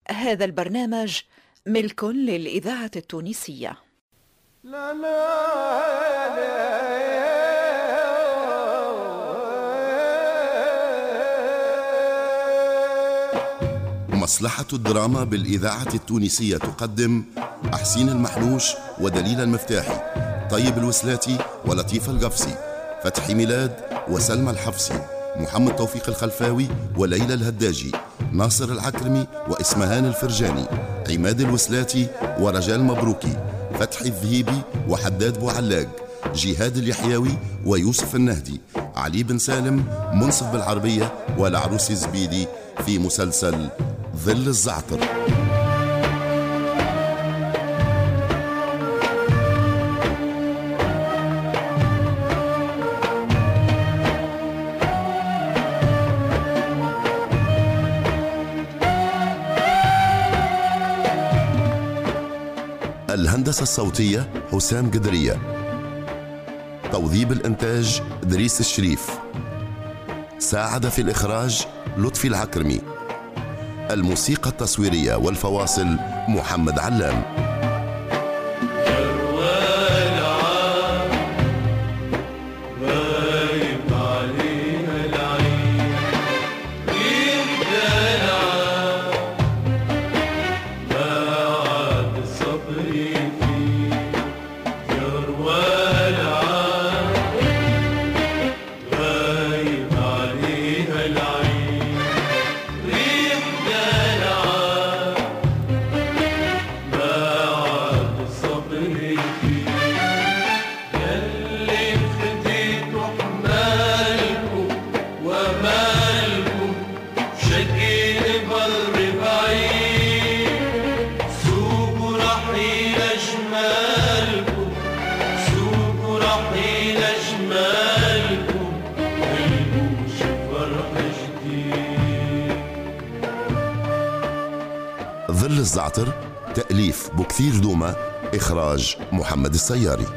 هذا البرنامج ملك للإذاعة التونسية. لا مصلحة الدراما بالإذاعة التونسية تقدم أحسين المحلوش ودليل المفتاحي، طيب الوسلاتي ولطيف القفصي، فتحي ميلاد وسلمى الحفصي، محمد توفيق الخلفاوي وليلى الهداجي، ناصر العكرمي وإسمهان الفرجاني، عماد الوسلاتي ورجال مبروكي، فتحي الذهيبي وحداد بوعلاق، جهاد اليحيوي ويوسف النهدي، علي بن سالم، منصف بالعربية والعروس الزبيدي في مسلسل ظل الزعتر. الهندسة الصوتية حسام قدرية، توظيب الإنتاج دريس الشريف، ساعد في الإخراج لطفي العكرمي، الموسيقى التصويرية والفواصل محمد علام. ظل الزعتر، تأليف بكثير دومة، إخراج محمد السياري.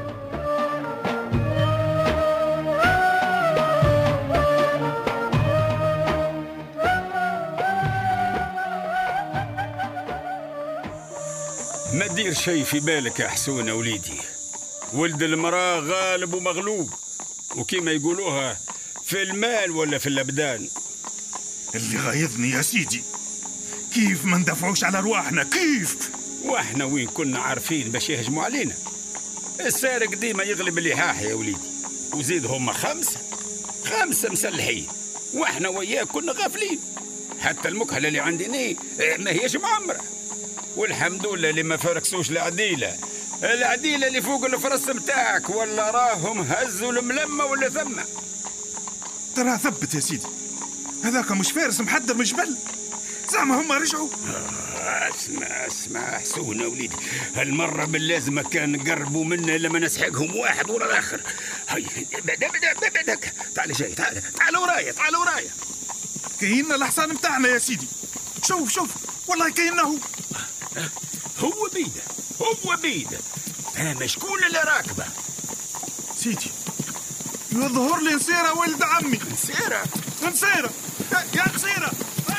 ما تدير شي في بالك يا حسون وليدي، ولد المراه غالب ومغلوب، وكيما يقولوها في المال ولا في الأبدان. اللي غايظني يا سيدي كيف ما ندفعوش على رواحنا؟ كيف؟ واحنا وين كنا عارفين باش يهجموا علينا؟ السارق ديما يغلب اللحاح يا وليدي، وزيد هما خمسة مسلحين، واحنا وياه كنا غافلين. حتى المكهلة اللي عندنا ما هيش معمرة، والحمد لله اللي ما فركسوش العديلة اللي فوق الفرس متاعك، ولا راهم هزوا الملمة ولا ثمة. ترى ثبت يا سيدي، هذاك مش فارس محضر من جبل، زعما هم رجعوا. اسمع حسون وليدي، هالمرة باللازمة كان نقربوا منا لما نسحقهم واحد ورا الآخر. هاي بدك تعال جاي، تعال ورايا. كايننا الحصان متاعنا يا سيدي، شوف والله كايننا هو بيده. ما شكون اللي راكبه سيدي؟ يظهر لي نصيرة ولد عمي. نصيرة يا نصيرة.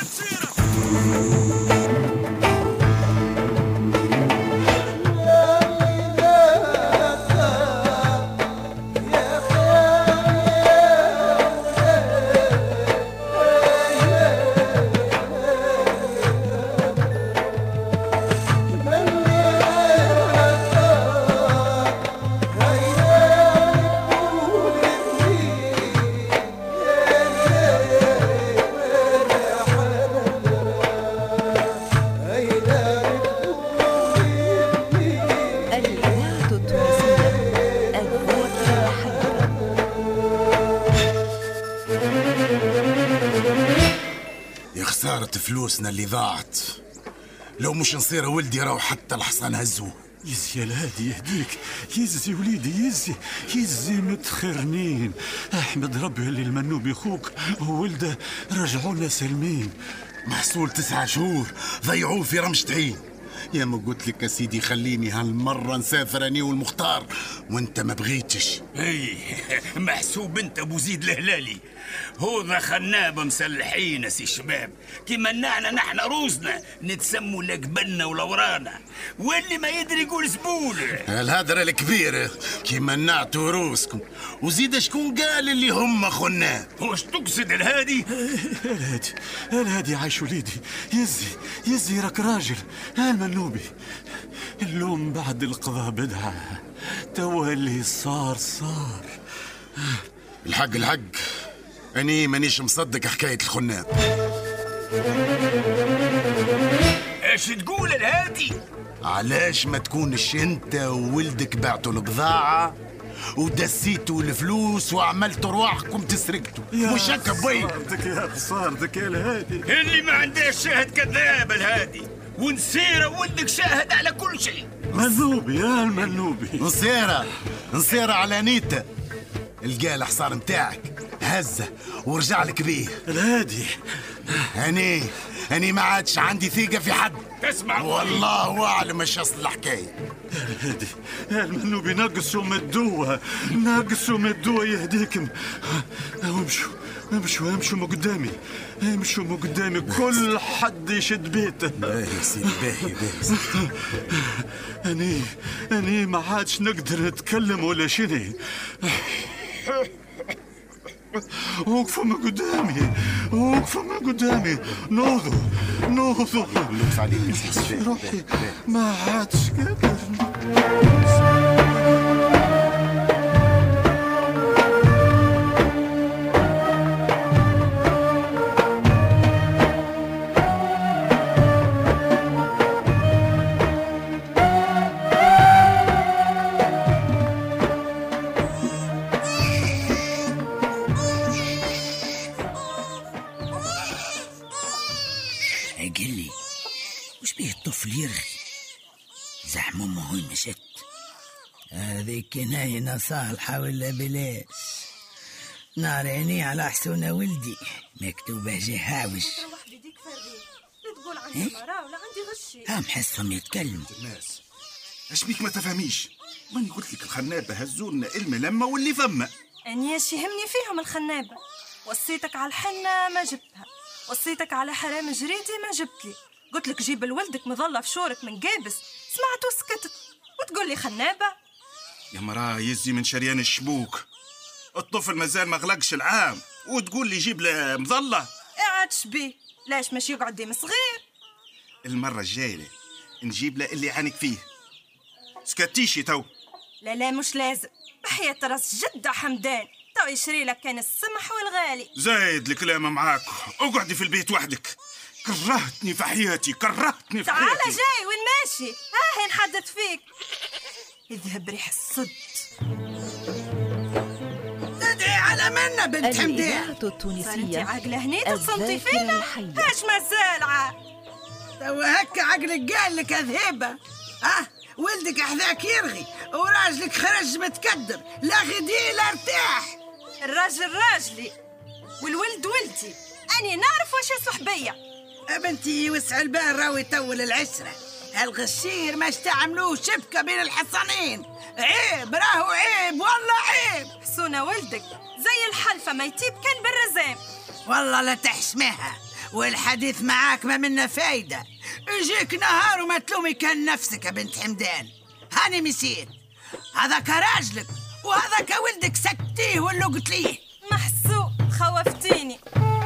فلوسنا اللي ضاعت، لو مش نصير ولدي راهو حتى الحصان هزوه. يزي يا الهادي يهديك، يزي وليدي يزي متخرنين. احمد ربي اللي المنوب اخوك وولده رجعونا سالمين. محصول 9 شهور ضيعوه في رمشتعين. يا ما قلت لك يا سيدي خليني هالمرة نسافر أنا والمختار وانت ما بغيتش. اي محسوب انت ابو زيد الهلالي، هو ذا خنابة مسلحين سي شباب، كيما نحنا روسنا نتسموا لقبلنا ولورانا، واللي ما يدري يقول زبولة. الهدرة الكبيرة كيما نعتوا روسكم، وزيد شكون قال اللي هم خناب؟ واش تقصد الهادي؟ الهادي عايش وليدي، يزي راك راجل. المنوبي اللوم بعد القضاء بدعة، توا اللي صار. الحق أني مانيش مصدق حكاية الخناب. ايش تقول الهادي؟ علاش ما تكونش انت وولدك بعتوا البضاعة ودسيتوا الفلوس وعملتوا رواحكم تسرقتوا؟ مش هكا بوي؟ خسارتك يا الهادي، اللي ما عندهش شاهد كذاب الهادي، ونسيره ولدك شاهد على كل شيء. منوبي يا المنوبي، نصيرة على نيته. القى الحصار متاعك هزه ورجع لك بيه. الهادي أني ما عادش عندي ثقة في حد. تسمع والله أعلم ايش أصل الحكاية. الهادي يا المنوبي، نقصوا من الدواء يهديكم. امشوا من قدامي، كل حد يشد بيته. باهي سيدي، باهي. أني ما عادش نقدر نتكلم ولا شيء. وقفوا من قدامي، نوضوا. لطف عليك يا سيدي، روحي ما عادش قادر. قلي وش بيه الطفل يرغي؟ زعم امه هو مشت. هذه كناية صالحة ولا بلاش؟ نار عيني على حسونة ولدي مكتوبة جهاوش. روح بيديك فرغي، لا تقول عندي مرا ولا عندي غشي. هم حسهم يتكلموا. الناس اش بيك ما تفهميش؟ ماني قلت لك الخنابة هزولنا الملمة واللي فما. اني ايش يهمني فيهم الخنابة؟ وصيتك على الحنة ما جبتها، وصيتك على حرام جريتي ما جبتلي، قلت لك جيب لولدك مظلة في شورك من قابس، سمعت وسكتت، وتقول لي خنابة؟ يا مرا يزي من شريان الشبوك، الطفل مازال ما غلقش العام وتقول لي جيب له مظلة؟ قاعد شبيه، لاش ماشي يقعد ديم صغير؟ المرة الجاية نجيب له اللي عانك فيه. سكتيشي تو. لا مش لازم، بحياة راس جدة حمدان تو يشري لك كان السمح والغالي. زايد الكلام معاك، اقعدي في البيت وحدك. كرهتني في حياتي. تعال جاي وين ماشي؟ هاي نحدث فيك. اذهب ريح الصد. تدعي على منا بنت حمدان. الإذاعة التونسية. انت عاقلة هني تصنتي فينا؟ هاش مازال توا هكا عقلك قال لك اذهبه. ولدك حذاك يرغي وراجلك خرج متكدر، لا غدي لا ارتاح. الراجل راجلي والولد ولدي، أني نعرف واش صحبية. بنتي وسع البال راوي يطول العشرة. هالغشير ما تعملوه شبكة بين الحصانين. عيب، راهو عيب والله عيب. حسونة ولدك زي الحلفة ما يتيب كان بالرزام. والله لا تحشمها، والحديث معاك ما منا فايدة. يجيك نهار وما تلومي كان نفسك يا بنت حمدان. هاني مسيت، هذاك راجلك وهذاك ولدك سكتيه ولا قلت ليه؟ محسوق خوفتيني.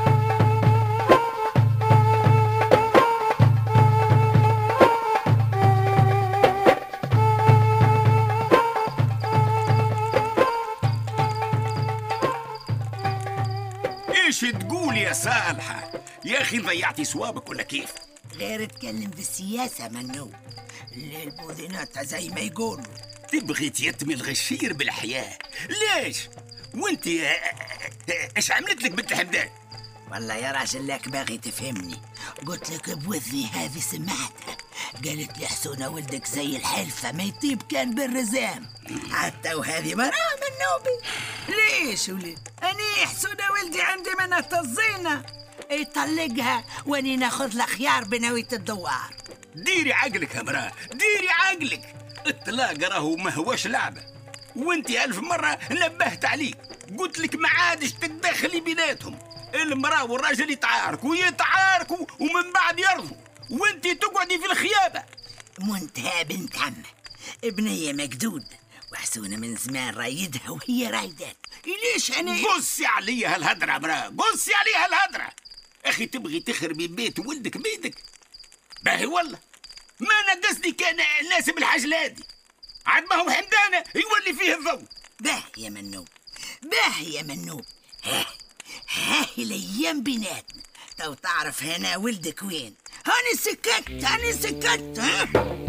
ايش تقول يا صالحة؟ يا اخي ضيعتي صوابك ولا كيف؟ غير اتكلم في السياسة منو البوذينات زي ما يقولوا. تبغي تيتمي الغشير بالحياة؟ ليش؟ وانت ايش عملت لك بنت حمدان؟ والله يا راجل لك باغي تفهمني. قلت لك بوذني هذه سمعتها، قالت لي حسونة ولدك زي الحلفة ما يطيب كان بالرزام. حتى وهذه مراه منوبي. ليش ولي؟ أني حسونة ولدي عندي من التزينة يطلقها واني ناخذ الخيار بنوية الدوار. ديري عقلك يا مراه، ديري عقلك. الطلاق راهو ما هوش لعبة، وانت 1000 مرة نبهت عليك قلت لك ما عادش تتدخلي بيناتهم. المرأة والراجل يتعاركوا ومن بعد يرضوا، وانت تقعدي في الخيابة. منتهى بنت عمه، بنية مقدود وحسونة من زمان رايدها وهي رايدك. ليش أنا قصي عليها الهدرة مرأة، قصي عليها الهدرة. أخي تبغي تخربي بيت ولدك بيدك؟ باهي والله ما أنا قصدي كان ناسب الحجلادي، عاد ما هو حمدانة يولي فيه الضوء. باهي يا منوب، باهي يا منوب. ها الأيام بيناتنا، تو تعرف هنا ولدك وين. هاني سكت ها.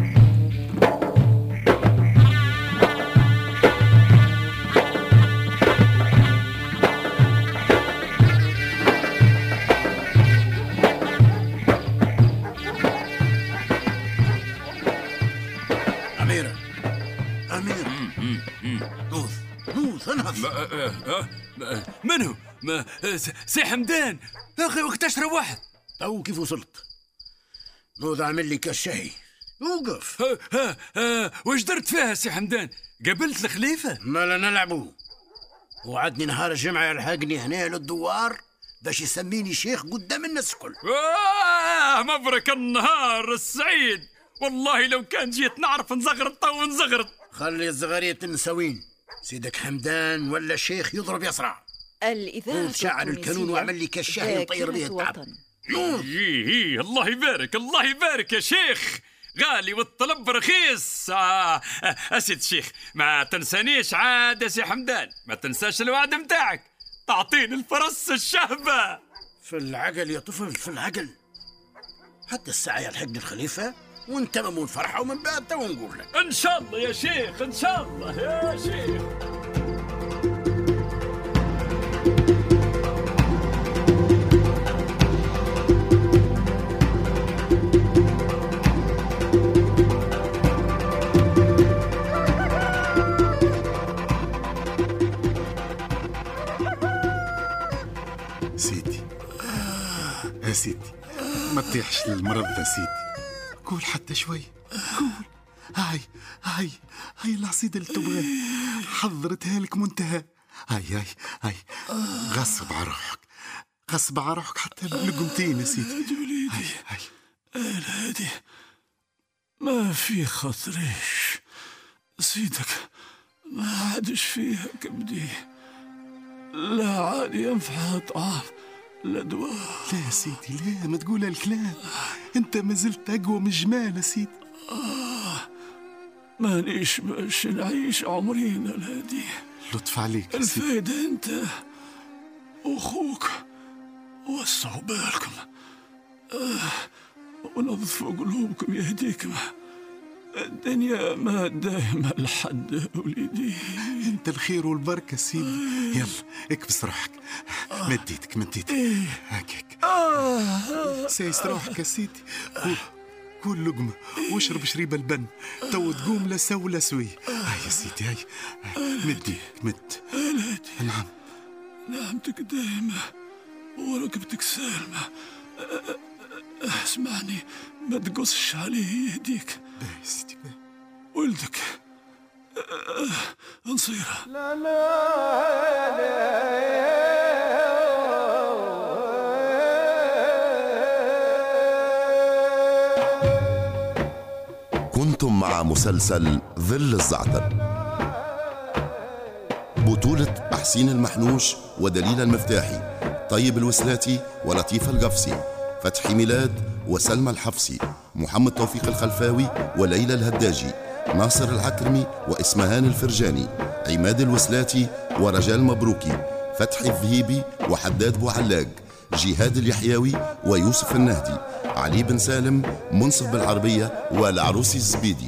أميرة نوض انهض. منو؟ سي حمدان اخي وقتاش روحت؟ تو كيف وصلت. نوض اعمل لي كاس شاي. وقف. واش درت فيها سي حمدان؟ قابلت الخليفة؟ ما لا نلعبوا. وعدني نهار الجمعة يلحقني هنا للدوار باش يسميني شيخ قدام الناس الكل. مبروك النهار السعيد، والله لو كان جيت نعرف نزغرط تو نزغرط. خلي الزغاريت النسوين، سيدك حمدان ولا شيخ يضرب يسرع. الإذاعة شعل الكانون واعمل لي كاس شاي نطير به التعب. الله يبارك الله يبارك يا شيخ، غالي والطلب رخيص. أسيد شيخ ما تنسانيش عاد يا سي حمدان، ما تنساش الوعد متاعك تعطيني الفرس الشهبة. في العقل يا طفل، في العقل. حتى الساعة يلحقني الخليفة ونتمموا الفرحة ومن بعد تو نقول لك. إن شاء الله يا شيخ، إن شاء الله يا شيخ. سيدي يا سيدي ما تطيحش للمرض يا سيدي، قول حتى شوي، قول. هاي العصيدة اللي تبغى حضرتها لك منتهى. هاي غصب على روحك حتى لقمتين يا سيدي. هاي الهادي ما في خطريش، سيدك ما عادش فيها كبدي، لا عاد ينفعها طعام لا دواء. لا يا سيدي لا، ما تقول الكلام، انت ما زلت اقوى من جمال يا سيدي. مانيش باش نعيش عمرين الهادي. لطف عليك الفايدة انت واخوك وسعوا بالكم ونظفوا قلوبكم يهديكم. الدنيا ما دايما لحد وليدي. انت الخير والبركة سيدي. يلا اكبس روحك، مد ايدك هكاك. سايس روحك يا سيدي. كل لقمة واشرب شريب البن، تو تقوم لا سو لا سوي. هاي يا سيدي هاي مد. نعم نعمتك دايمة ورقبتك سالمة. اسمعني ما تقصش عليه يهديك. باهي سيدي باهي. ولدك نصيرة. كنتم مع مسلسل ظل الزعتر، بطولة حسين المحنوش ودليل المفتاحي، طيب الوسلاتي ولطيفة القفصي، فتحي ميلاد وسلمى الحفصي، محمد توفيق الخلفاوي وليلى الهداجي، ناصر العكرمي وإسمهان الفرجاني، عماد الوسلاتي ورجال مبروكي، فتحي الذهيبي وحداد بوعلاق، جهاد اليحيوي ويوسف النهدي، علي بن سالم، منصف بالعربية والعروسي الزبيدي.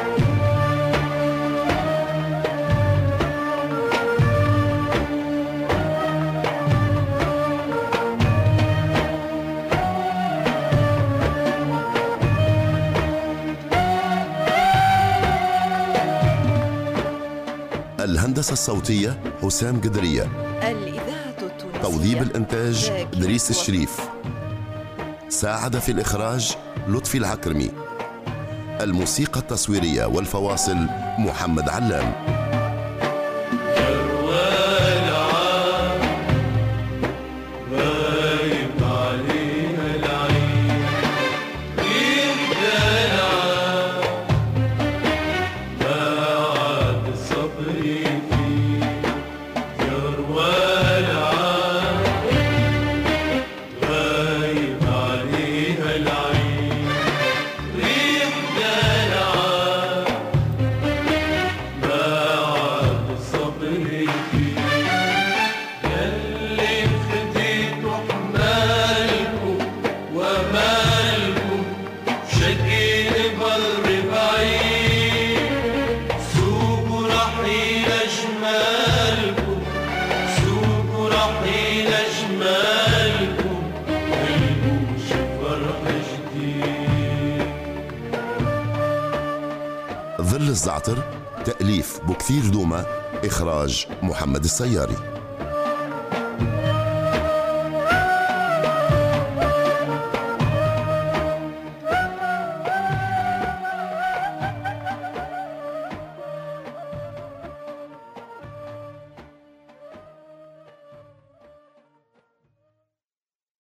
الهندسة الصوتية حسام قدرية، الإذاعة التونسية توظيف الإنتاج إدريس الشريف، ساعد في الإخراج لطفي العكرمي، الموسيقى التصويرية والفواصل محمد علام. البر بعيد سوقوا رحيل أجمالكم سوقوا رحيل أجمالكم ملبوش فرح جديد. ظل الزعتر، تأليف بكثير دومة، إخراج محمد السياري.